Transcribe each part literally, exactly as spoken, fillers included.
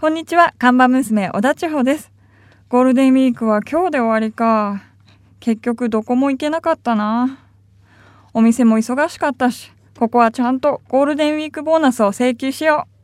こんにちは、看板娘小田千穂です。ゴールデンウィークは今日で終わりか。結局どこも行けなかったな。お店も忙しかったし、ここはちゃんとゴールデンウィークボーナスを請求しよ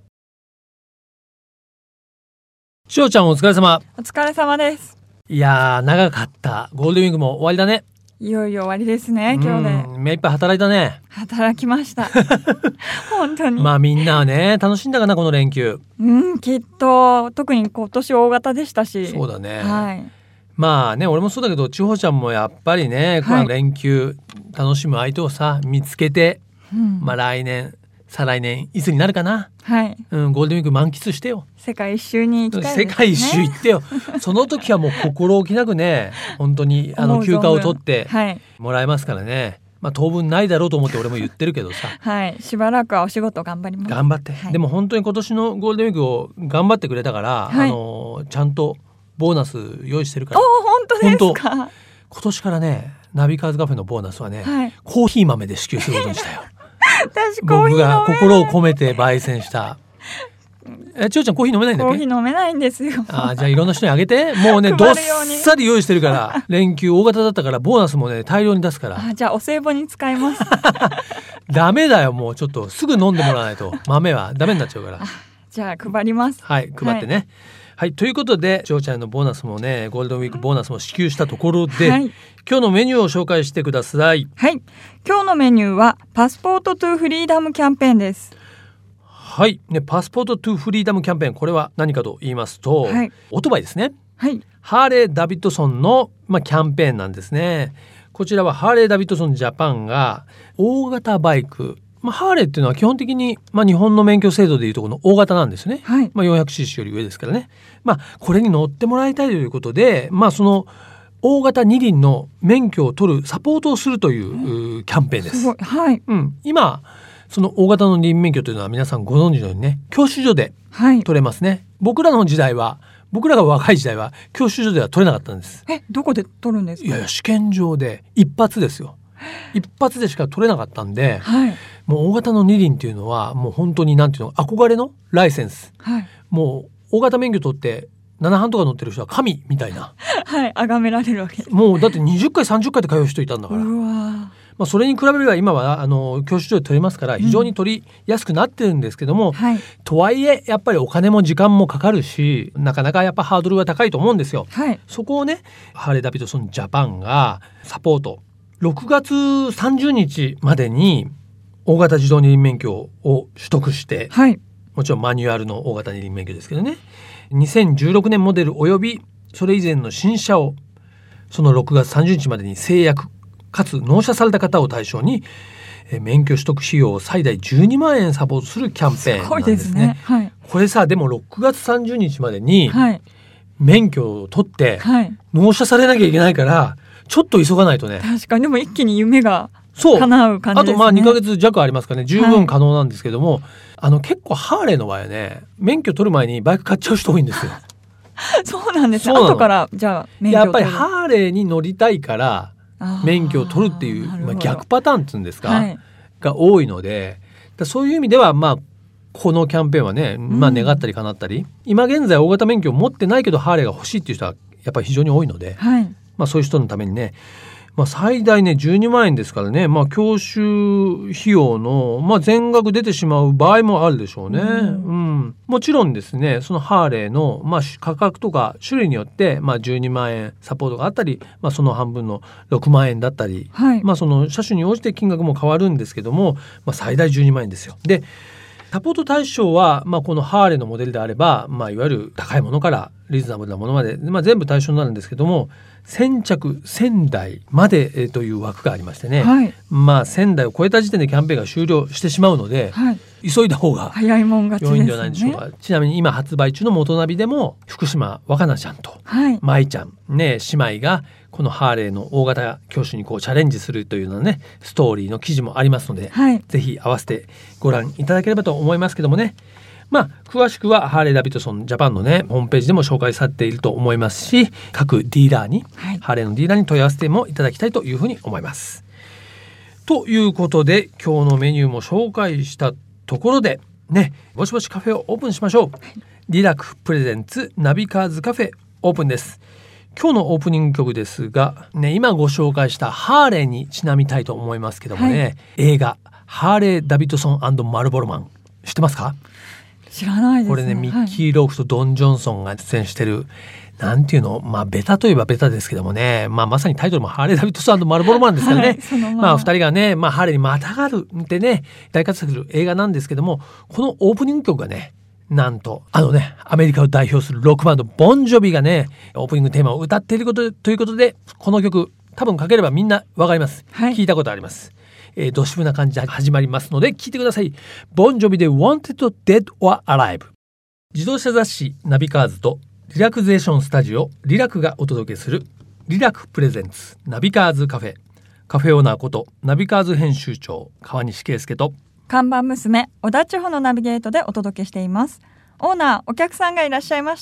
う。しおちゃんお疲れ様。 お疲れ様です。 いやー長かった。ゴールデンウィークも終わりだね。 いよいよ終わりですね。今日で目いっぱい働いたね。 働きました本当に。 まあみんなはね楽しんだかなこの連休。 うんきっと特に今年大型でしたし。 そうだね、 はい、 まあね俺もそうだけど千穂ちゃんもやっぱりね、はい、この連休楽しむ相手をさ見つけて、うん、まあ来年再来年いつになるかな、はいうん、ゴールデンウィーク満喫してよ。 世界一周に行きたいですね。 世界一周行ってよその時はもう心置きなくね本当にあの休暇を取ってもらえますからね、はい、まあ当分ないだろうと思って俺も言ってるけどさはいしばらくはお仕事頑張ります。 頑張って、 はい、 でも本当に今年のゴールデンウィークを頑張ってくれたから、はい、あのちゃんとボーナス用意してるから。 お本当ですか。 今年からねナビカーズカフェのボーナスはね、はい、コーヒー豆で支給することにしたよ私僕が心を込めて焙煎したえ、千代ちゃんコーヒー飲めないんだっけ。 コーヒー飲めないんですよ。 あじゃあいろんな人にあげてもうねどっさり用意してるから連休大型だったからボーナスもね大量に出すから。 あじゃあお歳暮に使いますダメだよもうちょっとすぐ飲んでもらわないと豆はダメになっちゃうからじゃあ配ります。 はい配ってね、はいはい、ということで千代ちゃんのボーナスもねゴールデンウィークボーナスも支給したところで、はい、今日のメニューを紹介してください。 はい、今日のメニューはパスポートトゥーフリーダムキャンペーンです。 はい、ね、パスポートトゥーフリーダムキャンペーンこれは何かと言いますと、はい、オートバイですね、はい、ハーレー・ダビッドソンの、まあ、キャンペーンなんですね。こちらはハーレー・ダビッドソンジャパンが大型バイクまあ、ハーレーっていうのは基本的に、まあ、日本の免許制度でいうとこの大型なんですね、はいまあ、よんひゃくシーシー より上ですからね、まあ、これに乗ってもらいたいということで、まあ、その大型二輪の免許を取るサポートをするという、うん、キャンペーンです。 すごい、はいうん、今その大型の二輪免許というのは皆さんご存知のようにね教習所で取れますね、はい、僕らの時代は僕らが若い時代は教習所では取れなかったんです。 えどこで取るんですか。 いやいや試験場で一発ですよ。一発でしか取れなかったんで、はい、もう大型の二輪っていうのはもう本当になんていうの憧れのライセンス、はい、もう大型免許取ってななはんとか乗ってる人は神みたいなはい崇められるわけです。 もうだってにじゅっかいさんじゅっかいで通う人いたんだから。 うわ、 まあ、それに比べれば今はあの教習所で取れますから非常に取りやすくなってるんですけども、うんはい、とはいえやっぱりお金も時間もかかるしなかなかやっぱハードルが高いと思うんですよ、はい、そこをねハーレー・ダビッドソンジャパンがサポートろくがつさんじゅうにちまでに大型自動二輪免許を取得して、はい、もちろんマニュアルの大型二輪免許ですけどねにせんじゅうろくねんモデルおよびそれ以前の新車をそのろくがつさんじゅうにちまでに制約かつ納車された方を対象に免許取得費用を最大じゅうにまんえんサポートするキャンペーンなんですね。すごいですね、はい、これさでもろくがつさんじゅうにちまでに免許を取って納車されなきゃいけないからちょっと急がないとね。 確かにでも一気に夢が叶う感じですね。 あとまあにかげつ弱ありますからね十分可能なんですけども、はい、あの結構ハーレーの場合はね免許取る前にバイク買っちゃう人多いんですよそうなんです。後からじゃあ免許を取る。 やっぱりハーレーに乗りたいから免許を取るっていう、まあ、逆パターンっていうんですか、はい、が多いのでだそういう意味ではまあこのキャンペーンはね、まあ、願ったり叶ったり、うん、今現在大型免許を持ってないけどハーレーが欲しいっていう人はやっぱり非常に多いので、はいまあ、そういう人のためにね、まあ、最大ねじゅうにまんえんですからね、まあ、教習費用の、まあ、全額出てしまう場合もあるでしょうね、うんうん、もちろんですねそのハーレーの、まあ、価格とか種類によって、まあ、じゅうにまんえんサポートがあったり、まあ、その半分のろくまんえんだったり、はいまあ、その車種に応じて金額も変わるんですけども、まあ、最大じゅうにまんえんですよ。でサポート対象は、まあ、このハーレーのモデルであれば、まあ、いわゆる高いものからリーズナブルなものまで、まあ、全部対象になるんですけども先着せんだいまで、えー、という枠がありましてね、はいまあ、せんだいを超えた時点でキャンペーンが終了してしまうので、はい、急いだ方が早いもん勝ちですね。 良いんではないでしょうか。ちなみに今発売中の元ナビでも福島若菜ちゃんと舞ちゃん、ね、姉妹がこのハーレーの大型教習にこうチャレンジするというようなねストーリーの記事もありますので、はい、ぜひ合わせてご覧いただければと思いますけどもね。まあ詳しくはハーレー・ダビッドソンジャパンのねホームページでも紹介されていると思いますし各ディーラーに、はい、ハーレーのディーラーに問い合わせてもいただきたいというふうに思います。ということで今日のメニューも紹介したところでねぼちぼちカフェをオープンしましょう。 リラクプレゼンツナビカーズカフェオープンです。今日のオープニング曲ですが、ね、今ご紹介したハーレーにちなみたいと思いますけどもね、はい、映画ハーレー・ダビッドソン&マルボロマン知ってますか？ 知らないですね。 これね、ミッキー・ロークとドン・ジョンソンが出演してる、なんていうの、まあベタといえばベタですけどもね、まあまさにタイトルもハーレー・ダビッドソン&マルボロマンですからね、はいまあ、まあ二人がね、まあハーレーにまたがるってね大活躍する映画なんですけども、このオープニング曲がね、なんとあのねアメリカを代表するロックバンドボンジョビがねオープニングテーマを歌っていることということで、この曲多分かければみんなわかります、はい、聞いたことあります。えー、ドシブな感じで始まりますので聞いてください。ボンジョビで Wanted Dead or Alive。 自動車雑誌ナビカーズとリラクゼーションスタジオリラクがお届けするリラクプレゼンツナビカーズカフェ。カフェオーナーことナビカーズ編集長川西圭介と看板娘小田千穂のナビゲートでお届けしています。オーナー、お客さんがいらっしゃいました。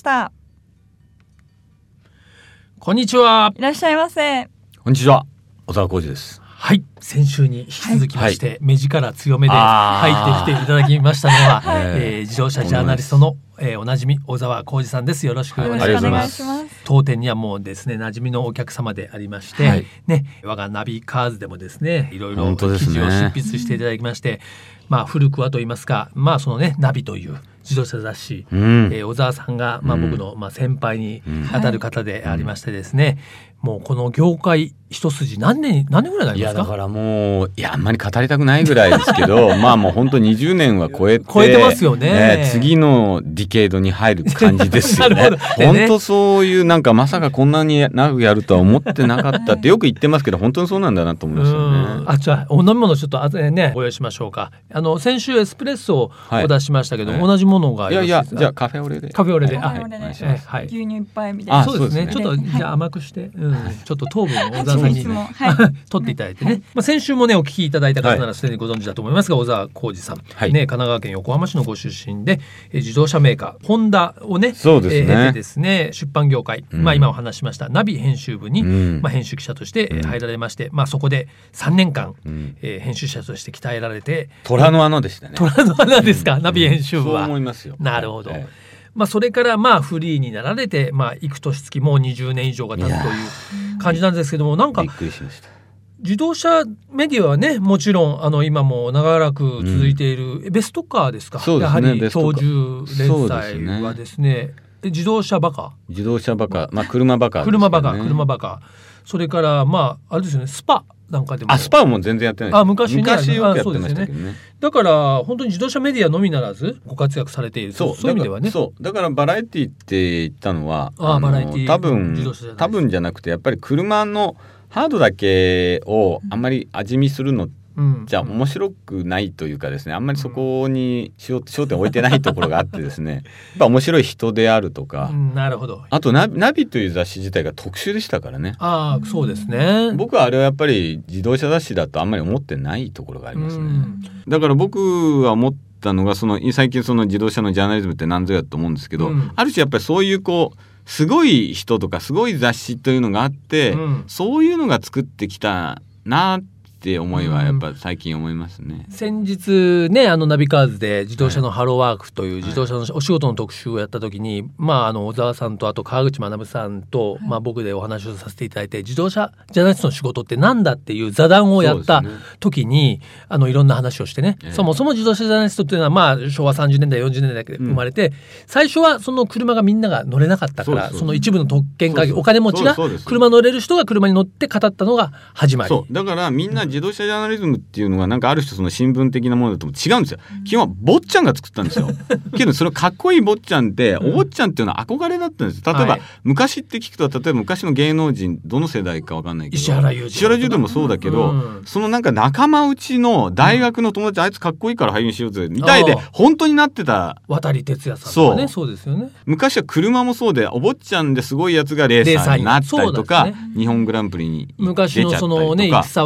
こんにちは。 いらっしゃいませ。 こんにちは、小沢浩二です。 はい、先週に引き続きまして、はい、目力強めで入ってきていただきましたのは、はいえー、自動車ジャーナリストの、えー、おなじみ小沢浩二さんです。よろしくお願いします。当店にはもうですね、馴染みのお客様でありまして、はい、ね、我がナビカーズでもですね、いろいろ記事を執筆していただきまして、まあ古くはと言いますか、まあそのねナビという自動車雑誌、うんえー、小沢さんが、まあ、僕の、まあ、先輩に当たる方でありましてですね、うん、もうこの業界一筋何年何年ぐらいになりますか？ いやだからもういやあんまり語りたくないぐらいですけどまあもう本当にじゅうねんは超えて超えてますよね。 ね、次のディケードに入る感じですよね。本当そういうなんかまさかこんなに長くやるとは思ってなかったってよく言ってますけど本当にそうなんだなと思いますよね。 あ、じゃあお飲み物ちょっと後でねご用意しましょうか。あの先週エスプレッソを出しましたけど、はい、同じものがいやいやじゃあカフェオレでカフェオレで、 はい、 あ、 はいはい、牛乳いっぱいみたいな。 そうですね、ちょっとじゃあ甘くして、うん、ちょっと糖分を小沢さんに、ねはい、取っていただいてね、はいまあ、先週もねお聞きいただいた方ならすでにご存知だと思いますが、小沢浩二さん、はいね、神奈川県横浜市のご出身で、え自動車メーカーホンダをねそうですね、えー、でですね出版業界、うんまあ、今お話しましたナビ編集部に、うんまあ、編集記者として入られまして、うんまあ、そこでさんねんかん、うんえー、編集者として鍛えられて虎の穴でしたね。 虎の穴ですか、うん、ナビ編集部は、 そう思いますよ。 なるほど、 はいまあ、それからまあフリーになられて、まあ、幾年月もうにじゅうねん以上が経つという感じなんですけども、なんかびっくりしました。 自動車メディアはねもちろんあの今も長らく続いている、うん、ベストカーですか。 そうですね、 やはり長寿連載はですね、自動車バカ自動車バカ、まあ、車バカ、ね、 車バカ車バカそれからまああれですよねスパなんかでもあスパはもう全然やってないです。 あ昔ね昔よくやってましたけど ね, ねだから本当に自動車メディアのみならずご活躍されている。そうそういう意味ではね。 そうだからバラエティって言ったのはああバラエティ多分多分じゃなくてやっぱり車のハードだけをあんまり味見するのじゃ面白くないというかですね、あんまりそこに焦点を置いてないところがあってですねやっぱ面白い人であるとか、 うん、なるほど。 あとナビ、ナビという雑誌自体が特殊でしたからね。 ああそうですね。 僕はあれはやっぱり自動車雑誌だとあんまり思ってないところがありますね、うん、だから僕は思ったのがその最近その自動車のジャーナリズムって何ぞやと思うんですけど、うん、ある種やっぱりそういうこうすごい人とかすごい雑誌というのがあって、うん、そういうのが作ってきたなって思いはやっぱ最近思いますね、 うん、先日ねあのナビカーズで自動車のハローワークという自動車のお仕事の特集をやった時に、はい、まああの小沢さんとあと川口学さんと、はいまあ、僕でお話をさせていただいて自動車ジャーナリストの仕事ってなんだっていう座談をやった時に、ね、あのいろんな話をしてね、えー、そもそも自動車ジャーナリストっていうのはまあ昭和さんじゅうねんだいよんじゅうねんだいで生まれて、うん、最初はその車がみんなが乗れなかったからその一部の特権階級お金持ちが車乗れる人が車に乗って語ったのが始まり。 そうだからみんな自動車ジャーナリズムっていうのがなんかある種その新聞的なものだと違うんですよ。基本は坊ちゃんが作ったんですよけどそのかっこいい坊ちゃんってお坊ちゃんっていうのは憧れだったんです。例えば、はい、昔って聞くと例えば昔の芸能人どの世代か分かんないけど石原裕次郎石原裕次郎もそうだけど、うん、そのなんか仲間内の大学の友達、うん、あいつかっこいいから俳優にしようぜみたいで本当になってた。 渡哲也さんとかね。そうですよね。 昔は車もそうでお坊ちゃんですごいやつがレーサーになったりとか、ね、日本グランプリに出ちゃったりとか昔のそのね生沢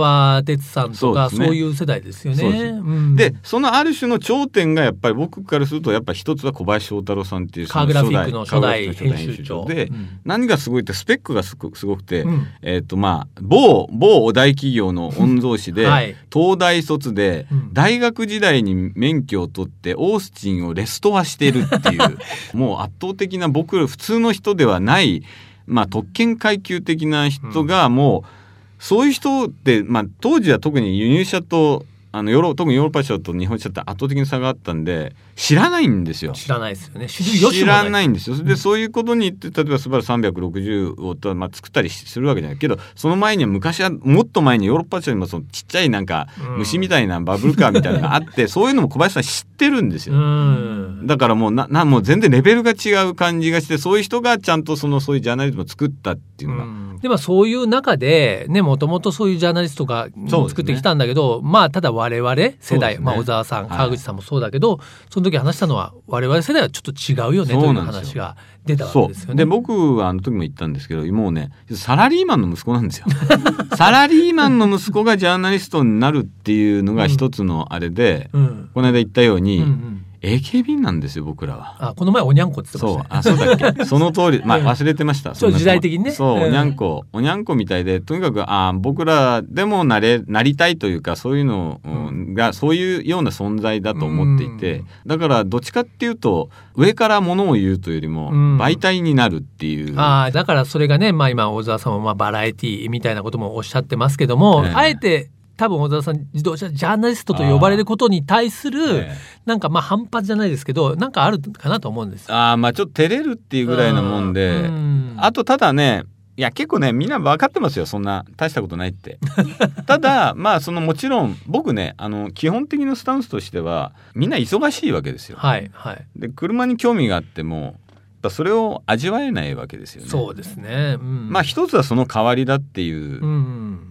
哲さんとか そう,、ね、そういう世代ですよね。 そうです、うん、でそのある種の頂点がやっぱり僕からするとやっぱり一つは小林翔太郎さんっていうカーグラフィックの初代編集長で、うん、何がすごいってスペックがすごくて、うんえーとまあ、某某大企業の御曹司で、はい、東大卒で、うん、大学時代に免許を取ってオースティンをレストアしてるっていうもう圧倒的な僕ら普通の人ではない、まあ、特権階級的な人がもう、うん、そういう人って、まあ、当時は特に輸入車とあのヨーロ特にヨーロッパ車と日本車って圧倒的に差があったんで知らないんですよ。 知らないですよね。 知らないんですよ。でそういうことに言って例えばスバルさんびゃくろくじゅうを、まあ、作ったりするわけじゃないけどその前には昔はもっと前にヨーロッパ車にもそのちっちゃいなんか虫みたいなバブルカーみたいなのがあって、うん、そういうのも小林さん知ってるんですよ。うんだからもうななもう全然レベルが違う感じがしてそういう人がちゃんとそのそういうジャーナリズムを作ったっていうのが、うんでもそういう中でねもともとそういうジャーナリストが作ってきたんだけど、ね、まあただ我々世代、ねまあ、小沢さん川口さんもそうだけど、はい、その時話したのは我々世代はちょっと違うよねという話が出たわけですよね。 で僕はあの時も言ったんですけどもうねサラリーマンの息子なんですよサラリーマンの息子がジャーナリストになるっていうのが一つのあれで、うん、この間言ったように、うんうんエーケービー なんですよ僕らは。 あこの前おにゃんこって言ってましたね。 そうあそうだっけその通り、まあ、忘れてましたそう時代的にねそう、えー、おにゃんこおにゃんこみたいでとにかくあ僕らでもなれなりたいというかそういうのがそういうような存在だと思っていてだからどっちかっていうと上からものを言うというよりも媒体になるっていうあだからそれがね、まあ、今小沢さんもまあバラエティみたいなこともおっしゃってますけども、えー、あえて多分小沢さん自動車ジャーナリストと呼ばれることに対する、ええ、なんかまあ反発じゃないですけどなんかあるかなと思うんです。 あまあちょっと照れるっていうぐらいのもんで、うん、あとただねいや結構ねみんな分かってますよそんな大したことないってただまあそのもちろん僕ねあの基本的なスタンスとしてはみんな忙しいわけですよ、 はいはい、 で車に興味があってもそれを味わえないわけですよね。 そうですね、うん、 まあ一つはその代わりだっていう、うんうん、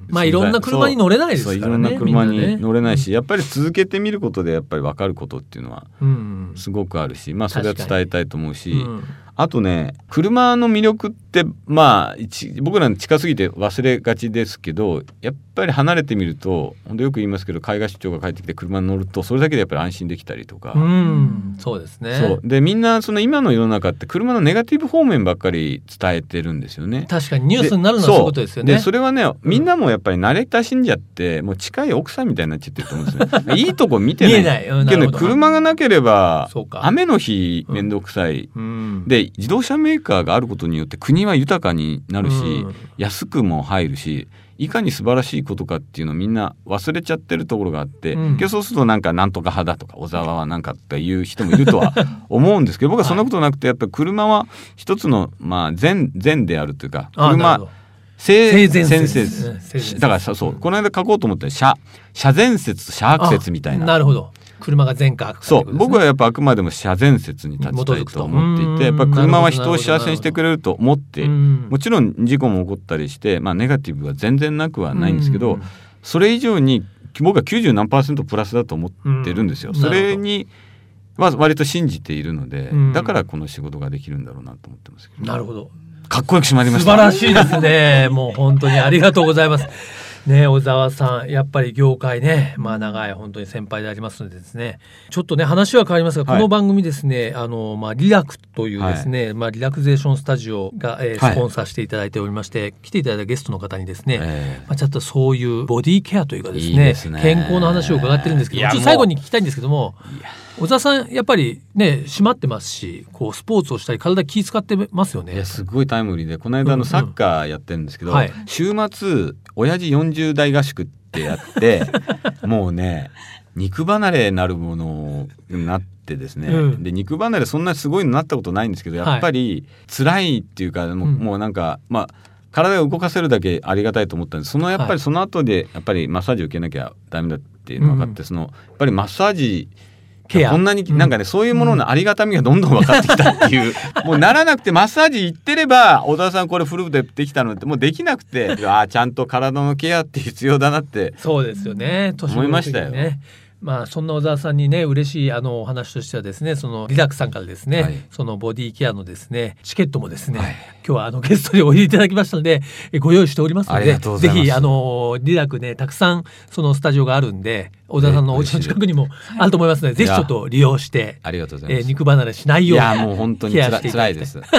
まあいろんな車に乗れないですからね。 そういろんな車に乗れないし、ね、やっぱり続けてみることでやっぱり分かることっていうのはすごくあるし、まあそれは伝えたいと思うし、うん、あとね車の魅力ってまあ僕らに近すぎて忘れがちですけどやっぱり離れてみると本当よく言いますけど海外出張が帰ってきて車に乗るとそれだけでやっぱり安心できたりとか、 うん、そうですね。 そうでみんなその今の世の中って車のネガティブ方面ばっかり伝えてるんですよね。 確かにニュースになるのはそういうことですよね。 でそれはねみんなもやっぱり慣れ親しんじゃってもう近い奥さんみたいになっちゃってると思うんですねいいとこ見てない見えない、うん、けど、ね、車がなければ雨の日めんどくさい、うん、で自動車メーカーがあることによって国は豊かになるし、うん、安くも入るしいかに素晴らしいことかっていうのをみんな忘れちゃってるところがあって、うん、そうするとなんかなんとか派だとか小沢はなんかっていう人もいるとは思うんですけど僕はそんなことなくてやっぱり車は一つのまあ善善であるというか車性善説だからさそう、うん、この間書こうと思って車車善説と車悪説みたいな。 なるほど車が善か悪か、ね、 そう僕はやっぱあくまでも車善説に立ちたいと思っていてやっぱ車は人を幸せにしてくれると思ってもちろん事故も起こったりして、まあ、ネガティブは全然なくはないんですけどそれ以上に僕はきゅうじゅうなんパーセントプラスだと思ってるんですよ。それには割と信じているのでだからこの仕事ができるんだろうなと思ってますけど。 なるほどかっこよく締まりました。 素晴らしいですねもう本当にありがとうございますね。小沢さんやっぱり業界ねまあ長い本当に先輩でありますのでですねちょっとね話は変わりますが、はい、この番組ですねあの、まあ、リラクというですね、はいまあ、リラクゼーションスタジオが、えー、スポンサーしていただいておりまして、はい、来ていただいたゲストの方にですね、えーまあ、ちょっとそういうボディケアというかですね、いいですね健康の話を伺ってるんですけどちょっと最後に聞きたいんですけども小沢さんやっぱりね締まってますしこうスポーツをしたり体気使ってますよね。 いやすごいタイムリーでこの間のサッカーやってるんですけど、うんうんはい、週末親父よんじゅう代合宿ってやってもうね肉離れなるものになってですね、うん、で肉離れそんなすごいのなったことないんですけどやっぱり辛いっていうか、はい、も, うもうなんかまあ体を動かせるだけありがたいと思ったんですそのやっぱりその後でやっぱりマッサージを受けなきゃダメだっていうのが分かって、うん、そのやっぱりマッサージこんなになんかね、うん、そういうもののありがたみがどんどん分かってきたっていう、うん、もうならなくてマッサージ行ってれば小田さんこれフルでできたのってもうできなくてあちゃんと体のケアって必要だなってそうですよね思いましたよね。 まあそんな小沢さんにね嬉しいあのお話としてはですね、そのリラックさんからですね、はい、そのボディケアのですねチケットもですね、はい、今日はあのゲストでおいでいただきましたのでご用意しておりますので、ぜひあのリラックねたくさんそのスタジオがあるんで、小沢さんのお家の近くにもあると思いますので、ぜひちょっと利用してありがとうございます、 えー、肉離れしないように、 いやもう本当につらいです、はい、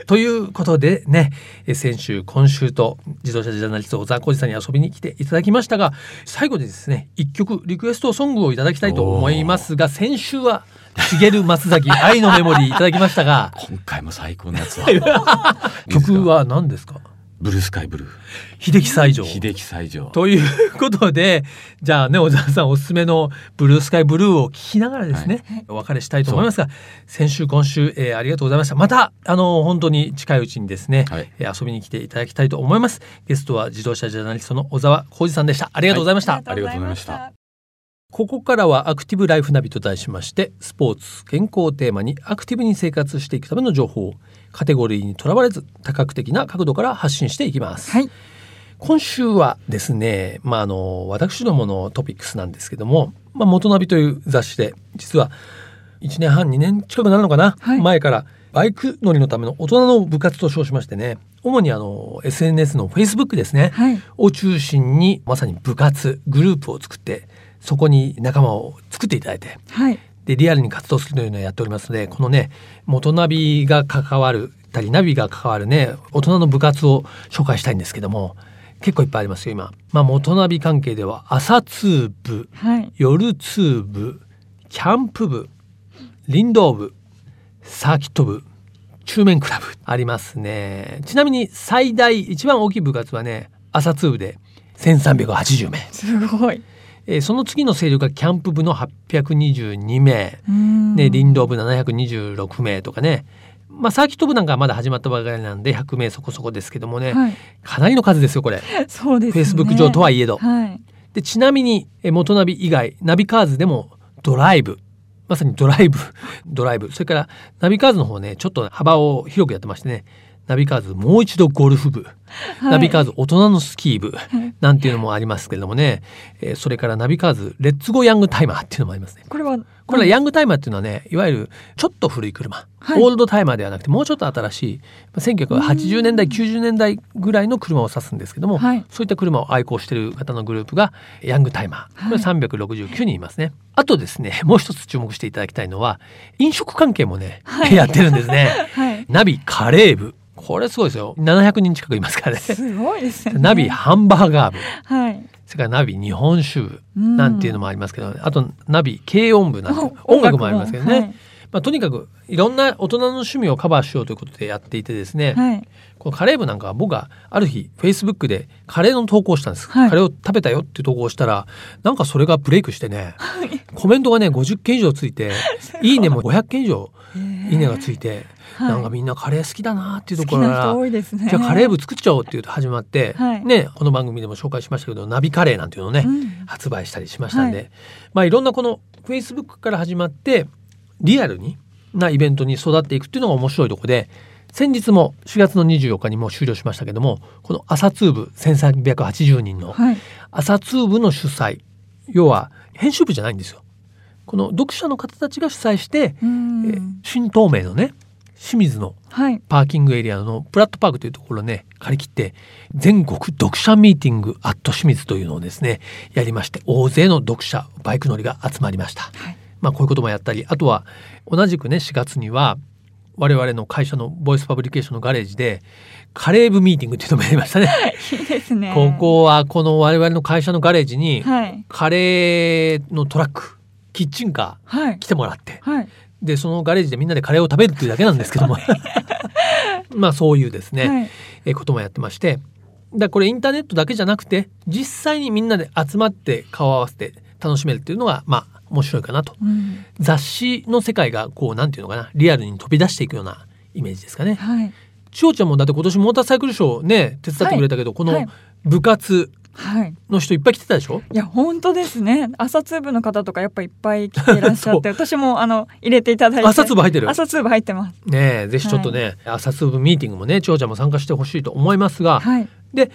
ということでね、先週今週と自動車ジャーナリスト小沢浩二さんに遊びに来ていただきましたが、最後にですねいっきょくリクエストソングをいただきたいと思いますが、先週は茂松崎愛のメモリーいただきましたが今回も最高のやつは曲は何ですか？ ブルースカイブルー、 秀樹西条秀樹西条ということで、じゃあね小沢さんおすすめのブルースカイブルーを聞きながらですね、はい、お別れしたいと思いますが、先週今週、えー、ありがとうございました。またあの本当に近いうちにですね、はい、えー、遊びに来ていただきたいと思います。ゲストは自動車ジャーナリストの小沢浩二さんでした。ありがとうございました、はい、 ありがとうございました。 ここからはアクティブライフナビと題しまして、スポーツ健康をテーマにアクティブに生活していくための情報をカテゴリーにとらわれず多角的な角度から発信していきます、はい、今週はですね、まあ、あの私どものトピックスなんですけども、まあ、元ナビという雑誌で実はいちねんはんにねん近くなるのかな、はい、前からバイク乗りのための大人の部活と称しましてね、主にあの エスエヌエス の Facebook ですね、はい、を中心にまさに部活グループを作って、そこに仲間を作っていただいて、はい、でリアルに活動するというのをやっておりますので、このね元ナビが関わるたりナビが関わるね大人の部活を紹介したいんですけども、結構いっぱいありますよ今。まあ、元ナビ関係では朝通部、はい、夜通部、キャンプ部、林道部、サーキット部、中面クラブありますね。ちなみに最大一番大きい部活はね朝通部でせんさんびゃくはちじゅうめい、 すごい。 えー、その次の勢力がキャンプ部のはっぴゃくにじゅうにめい、ね、林道部ななひゃくにじゅうろくめいとかね、まあ、サーキット部なんかはまだ始まったばかりなんでひゃくめいそこそこですけどもね、はい、かなりの数ですよこれ。 そうですね、 Facebook 上とはいえど、 はい、 でちなみに元ナビ以外ナビカーズでもドライブ、まさにドライブドライブ、それからナビカーズの方ねちょっと幅を広くやってましてね、ナビカーズもう一度ゴルフ部、はい、ナビカーズ大人のスキー部なんていうのもありますけれどもね、えー、それからナビカーズレッツゴーヤングタイマーっていうのもありますね。 これはこれはヤングタイマーっていうのはね、いわゆるちょっと古い車、はい、オールドタイマーではなくてもうちょっと新しいせんきゅうひゃくはちじゅうねんだいきゅうじゅうねんだいぐらいの車を指すんですけども、はい、そういった車を愛好している方のグループがヤングタイマー、これさんびゃくろくじゅうきゅうにんいますね。あとですね、もう一つ注目していただきたいのは飲食関係もね、はい、やってるんですね、はい、ナビカレー部、これすごいですよ。ななひゃくにん近くいますからね。 すごいですね。 ナビハンバーガー部、 はい、 それからナビ日本酒部なんていうのもありますけど、あとナビ軽音部なんて音楽もありますけどね、はい、まあ、とにかくいろんな大人の趣味をカバーしようということでやっていてですね、はい、このカレー部なんかは僕がある日 Facebook でカレーの投稿したんです、はい、カレーを食べたよっていう投稿をしたらなんかそれがブレイクしてね、はい、コメントがねごじゅっけん以上ついていいねもごひゃっけん以上いいねがついて、なんかみんなカレー好きだなっていうところから、 多いですね、 じゃあカレー部作っちゃおうっていうと始まって、はい、ね、この番組でも紹介しましたけどナビカレーなんていうのをね、うん、発売したりしましたんで、はい、まあいろんなこの Facebook から始まってリアルになイベントに育っていくっていうのが面白いところで、先日もしがつのにじゅうよっかにも終了しましたけども、この朝通部せんさんびゃくはちじゅうにんの朝通部の主催、要は編集部じゃないんですよ。この読者の方たちが主催して、えー、新東名のね清水のパーキングエリアのプラットパークというところをね借り切って全国読者ミーティングアット清水というのをですねやりまして、大勢の読者バイク乗りが集まりました、はい、まあこういうこともやったり、あとは同じくねしがつには我々の会社のボイスパブリケーションのガレージでカレー部ミーティングっていうのもやりましたね。 いいですね。 ここはこの我々の会社のガレージにカレーのトラック、キッチンカー来てもらって、はいはい、でそのガレージでみんなでカレーを食べるっていうだけなんですけどもまあそういうですね、はい、えこともやってまして、だこれインターネットだけじゃなくて実際にみんなで集まって顔を合わせて楽しめるっていうのがまあ面白いかなと、うん、雑誌の世界がこうなんていうのかな、リアルに飛び出していくようなイメージですかね。はい、千代ちゃんもだって今年モーターサイクルショーね手伝ってくれたけど、はい、この部活の人いっぱい来てたでしょ。はい、 いや本当ですね。朝通部の方とかやっぱいっぱい来ていらっしゃって私もあの入れていただいて。 朝通部入ってる。 朝通部入ってますね。えぜひちょっとね、はい、朝通部ミーティングもね千代ちゃんも参加してほしいと思いますが、はい、で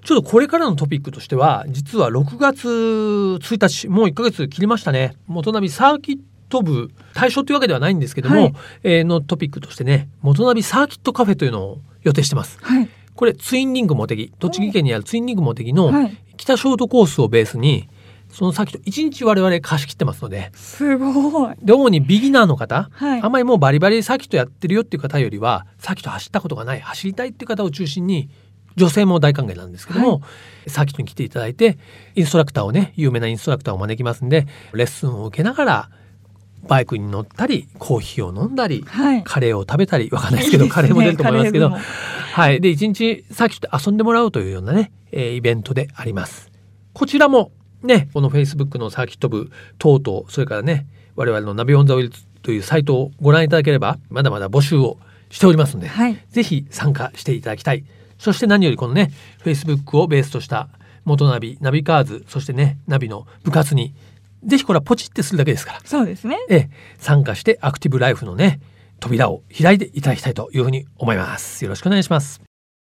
ちょっとこれからのトピックとしては実はろくがつついたちもういっかげつ切りましたね。元ナビサーキット部対象というわけではないんですけども、はい、えー、のトピックとしてね元ナビサーキットカフェというのを予定してます、はい、これツインリングモテギ栃木県にあるツインリングモテギの北ショートコースをベースにそのサーキットいちにち我々貸し切ってますので、 すごい。 で主にビギナーの方、はい、あんまりもうバリバリサーキットやってるよっていう方よりはサーキット走ったことがない走りたいっていう方を中心に女性も大歓迎なんですけども、はい、サーキットに来ていただいてインストラクターをね有名なインストラクターを招きますんでレッスンを受けながらバイクに乗ったりコーヒーを飲んだり、はい、カレーを食べたりわかんないですけどいいですね、カレーも出ると思いますけどはい、でいちにちサーキットで遊んでもらうというようなね、えー、イベントであります。こちらもねこの Facebook のサーキット部等々それからね我々のナビオンザウィルズというサイトをご覧いただければまだまだ募集をしておりますので、はい、ぜひ参加していただきたい。そして何よりこのね Facebook をベースとした元ナビナビカーズそしてねナビの部活にぜひこれはポチってするだけですからそうですね、 ええ、参加してアクティブライフのね扉を開いていただきたいというふうに思います。よろしくお願いします。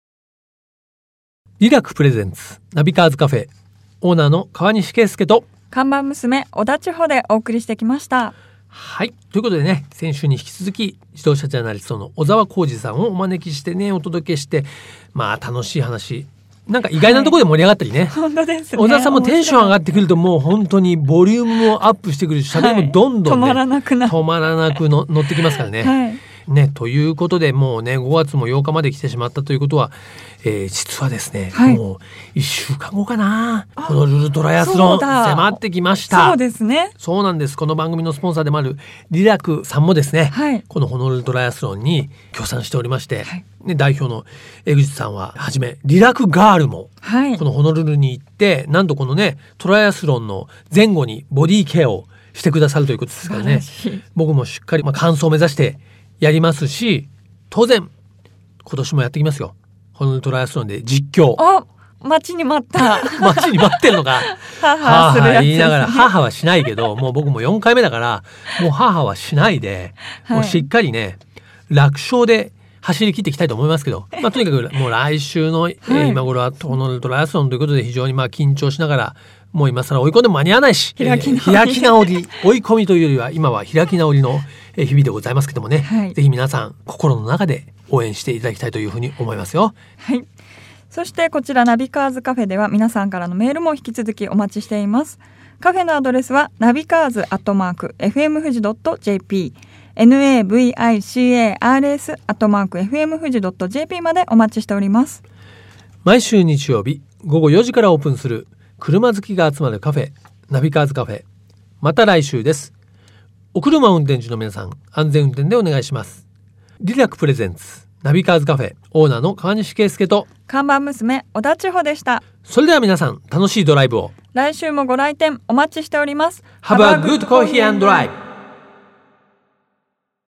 リラクプレゼンツナビカーズカフェオーナーの川西圭介と看板娘小田千穂でお送りしてきました。 はいということでね先週に引き続き自動車ジャーナリストの小沢浩二さんをお招きしてねお届けしてまあ楽しい話なんか意外なところで盛り上がったりね、はい、 本当ですね。 小沢さんもテンション上がってくるともう本当にボリュームもアップしてくるし喋りもどんどん、ねはい、止まらなくな止まらなくの乗ってきますからね、はいね、ということでもうねごがつもようかまで来てしまったということは、えー、実はですね、はい、もういっしゅうかんごかなこのルルトライアスロン迫ってきました。 そうですね。 そうなんです。この番組のスポンサーでもあるリラクさんもですね、はい、このホノルルトライアスロンに協賛しておりまして、はいね、代表の江口さんははじめリラクガールもこのホノルルに行って、はい、なんとこのねトライアスロンの前後にボディケアをしてくださるということですからね僕もしっかり、まあ、完走を目指してやりますし当然今年もやってきますよ。ホノルルトライアスロンで実況。 あ待ちに待った待ちに待ってんのか母するやつ、ね、 言いながら母はしないけどもう僕もよんかいめだからもう母はしないで、はい、もうしっかりね楽勝で走り切っていきたいと思いますけど、まあ、とにかくもう来週の、はいえー、今頃はホノルルトライアスロンということで非常にまあ緊張しながらもう今更追い込んでも間に合わないし開き直り、 えー、開き直り追い込みというよりは今は開き直りの日々でございますけどもね、はい、ぜひ皆さん心の中で応援していただきたいというふうに思いますよ。 はい。そしてこちらナビカーズカフェでは皆さんからのメールも引き続きお待ちしています。カフェのアドレスはナビカーズアットマーク エフエム 富士 ドット ジェーピー ナビカーズ アットマーク エフエム 富士 ドット ジェーピー までお待ちしております。 毎週日曜日ごごよじからオープンする車好きが集まるカフェナビカーズカフェまた来週です。お車運転中の皆さん安全運転でお願いします。リラクプレゼンツナビカーズカフェオーナーの川西圭介と看板娘小田千穂でした。 それでは皆さん楽しいドライブを。 来週もご来店お待ちしております。 Have a good coffee and drive